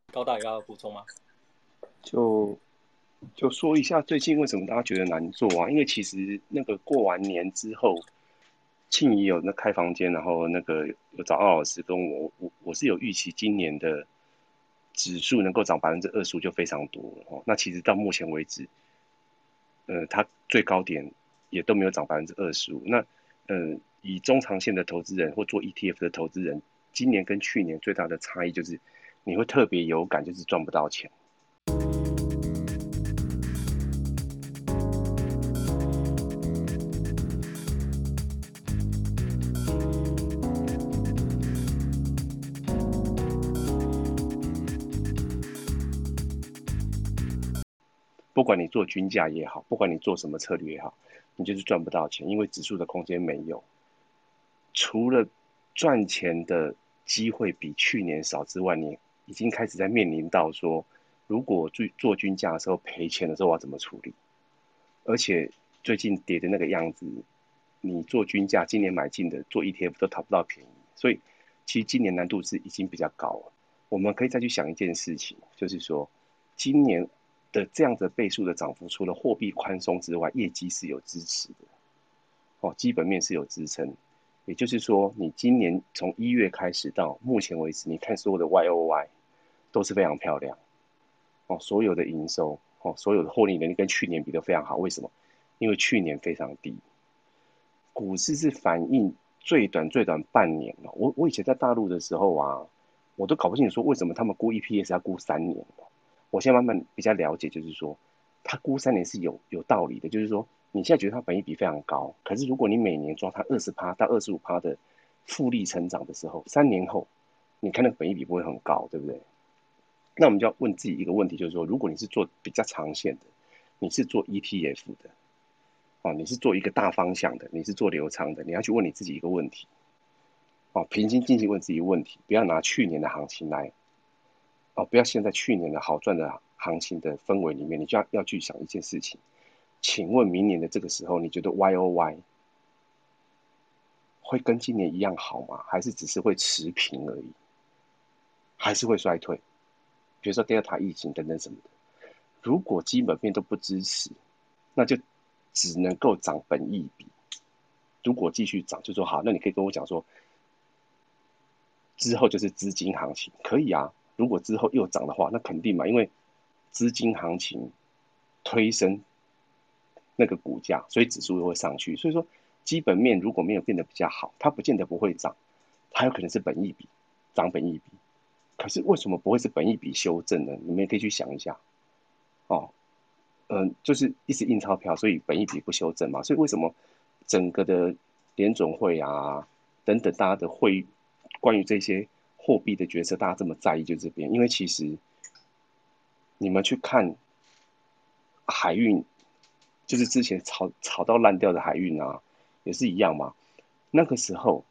高大有要补充吗？ 就就说一下最近为什么大家觉得难做啊？因为其实那个过完年之后，庆怡有那开房间，然后那个有找奥老师跟我是有预期今年的指数能够涨25%就非常多了哦。那其实到目前为止，它最高点也都没有涨25%。那以中长线的投资人或做 ETF 的投资人，今年跟去年最大的差异就是你会特别有感，就是赚不到钱。不管你做均价也好，不管你做什么策略也好，你就是赚不到钱，因为指数的空间没有。除了赚钱的机会比去年少之外，你已经开始在面临到说，如果做均价的时候赔钱的时候，我要怎么处理？而且最近跌的那个样子，你做均价，今年买进的做 ETF 都讨不到便宜，所以其实今年难度是已经比较高了。我们可以再去想一件事情，就是说今年的这样的倍数的涨幅，除了货币宽松之外，业绩是有支持的哦，基本面是有支撑。也就是说，你今年从1月开始到目前为止，你看所有的 YOY 都是非常漂亮哦，所有的营收哦，所有的获利能力跟去年比都非常好。为什么？因为去年非常低，股市是反映最短半年哦。我以前在大陆的时候啊，我都搞不清楚说为什么他们估 EPS 要估3年哦。我现在慢慢比较了解，就是说他估3年是有道理的，就是说你现在觉得它本益比非常高，可是如果你每年抓它20%到25%的复利成长的时候，3年后你看那个本益比不会很高，对不对？那我们就要问自己一个问题，就是说，如果你是做比较长线的，你是做 ETF 的，哦，你是做一个大方向的，你是做流仓的，你要去问你自己一个问题，哦，平心静气问自己一个问题，不要拿去年的行情来，哦，不要陷在去年的好赚的行情的氛围里面，你就要去想一件事情，请问明年的这个时候，你觉得 YOY 会跟今年一样好吗？还是只是会持平而已？还是会衰退？比如说 Delta 疫情等等什么的，如果基本面都不支持，那就只能够涨本益比。如果继续涨，就说好，那你可以跟我讲说，之后就是资金行情，可以啊。如果之后又涨的话，那肯定嘛，因为资金行情推升那个股价，所以指数又会上去。所以说，基本面如果没有变得比较好，它不见得不会涨，它有可能是本益比涨本益比。可是为什么不会是本益比修正呢？你们也可以去想一下哦。就是一直印钞票，所以本益比不修正嘛。所以为什么整个的联总会啊等等，大家的会关于这些货币的决策，大家这么在意，就这边，因为其实你们去看海运，就是之前炒到烂掉的海运啊，也是一样嘛。那个时候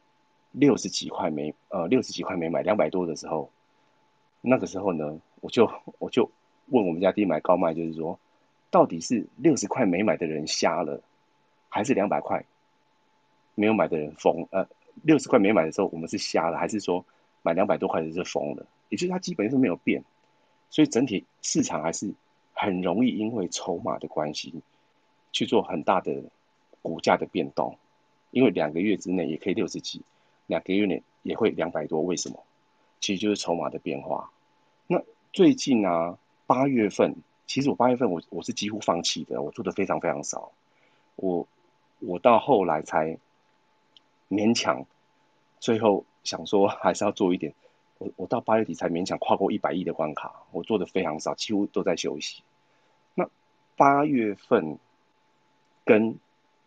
六十几块没买，200多的时候，那个时候呢，我就问我们家低买高卖，就是说，到底是60块没买的人瞎了，还是200块没有买的人疯？60块没买的时候我们是瞎了，还是说买200多块的是疯了？也就是它基本是没有变，所以整体市场还是很容易因为筹码的关系去做很大的股价的变动，因为2个月之内也可以60几，2个月内也会200多，为什么？其实就是筹码的变化。那最近啊，八月份，其实我八月份我是几乎放弃的，我做的非常非常少。我我到后来才勉强，最后想说还是要做一点。我到8月底才勉强跨过100亿的关卡，我做的非常少，几乎都在休息。那8月份跟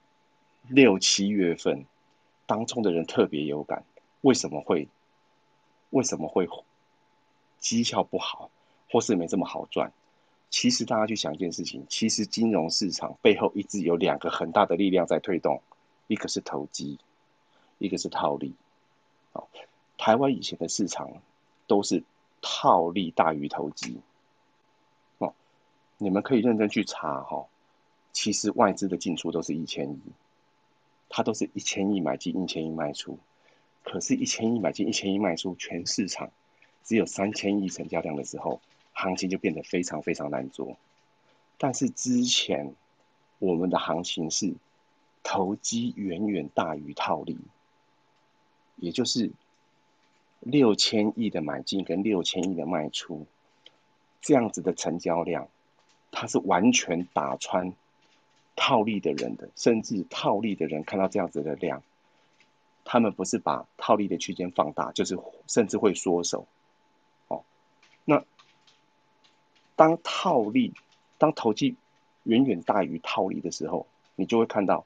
6、7月份当中的人特别有感，为什么会为什么会绩效不好，或是没这么好赚？其实大家去想一件事情，其实金融市场背后一直有2个很大的力量在推动，一个是投机，一个是套利。哦，台湾以前的市场都是套利大于投机。哦，你们可以认真去查哈、哦，其实外资的进出都是1000亿，它都是1000亿买进，1000亿卖出。可是1000亿买进，1000亿卖出，全市场只有3000亿成交量的时候，行情就变得非常非常难做。但是之前我们的行情是投机远远大于套利，也就是6000亿的买进跟6000亿的卖出，这样子的成交量，它是完全打穿套利的人的，甚至套利的人看到这样子的量，他们不是把套利的区间放大，就是甚至会缩手。哦，那当套利、当投机远远大于套利的时候，你就会看到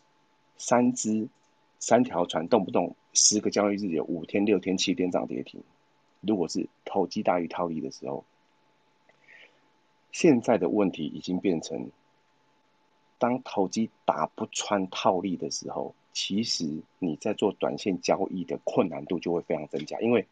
三条船动不动10个交易日有5天、6天、7天涨跌停。如果是投机大于套利的时候，现在的问题已经变成，当投机打不穿套利的时候，其实你在做短线交易的困难度就会非常增加，因为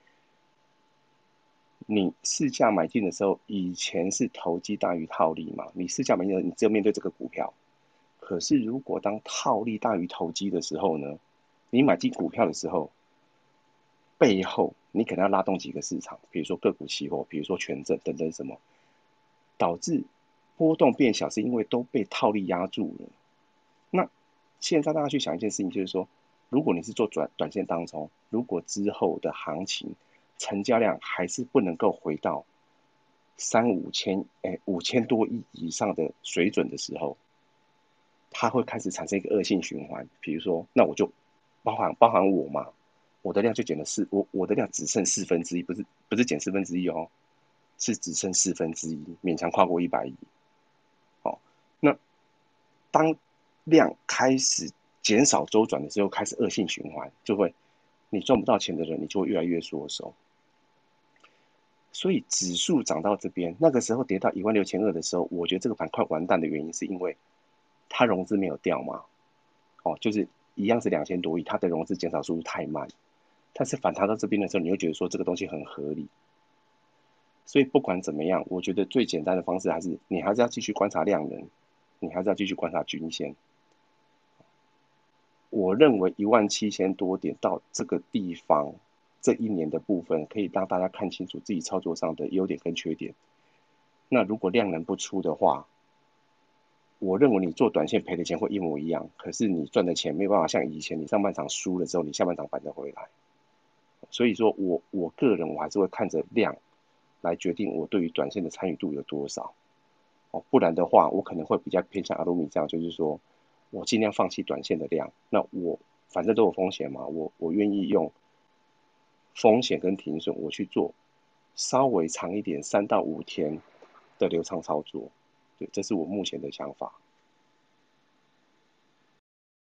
你市价买进的时候，以前是投机大于套利嘛，你市价买进的时候，你只有面对这个股票。可是如果当套利大于投机的时候呢，你买进股票的时候，背后你可能要拉动几个市场，比如说个股期货，比如说权证等等什么，导致波动变小，是因为都被套利压住了。那现在大家去想一件事情，就是说，如果你是做短线当中，如果之后的行情成交量还是不能够回到5000多亿以上的水准的时候，它会开始产生一个恶性循环。比如说，那我就包含我嘛，我的量就减了我的量只剩1/4，不是减1/4哦，是只剩1/4，勉强跨过100亿。哦，那当量开始减少周转的时候，开始恶性循环，就会你赚不到钱的人，你就会越来越缩手。所以指数涨到这边，那个时候跌到16200的时候，我觉得这个盘快完蛋的原因是因为它融资没有掉嘛，哦，就是一样是2000多亿，它的融资减少速度太慢，但是反弹到这边的时候，你会觉得说这个东西很合理。所以不管怎么样，我觉得最简单的方式还是你还是要继续观察量能，你还是要继续观察均线。我认为17000多点到这个地方，这一年的部分可以让大家看清楚自己操作上的优点跟缺点。那如果量能不出的话，我认为你做短线赔的钱会一模一样，可是你赚的钱没有办法像以前你上半场输了之后，你下半场反得回来。所以说我个人我还是会看着量来决定我对于短线的参与度有多少。哦，不然的话，我可能会比较偏向阿鲁米这样，就是说我尽量放弃短线的量。那我反正都有风险嘛，我愿意用风险跟停损，我去做稍微长一点3到5天的流畅操作。对，这是我目前的想法。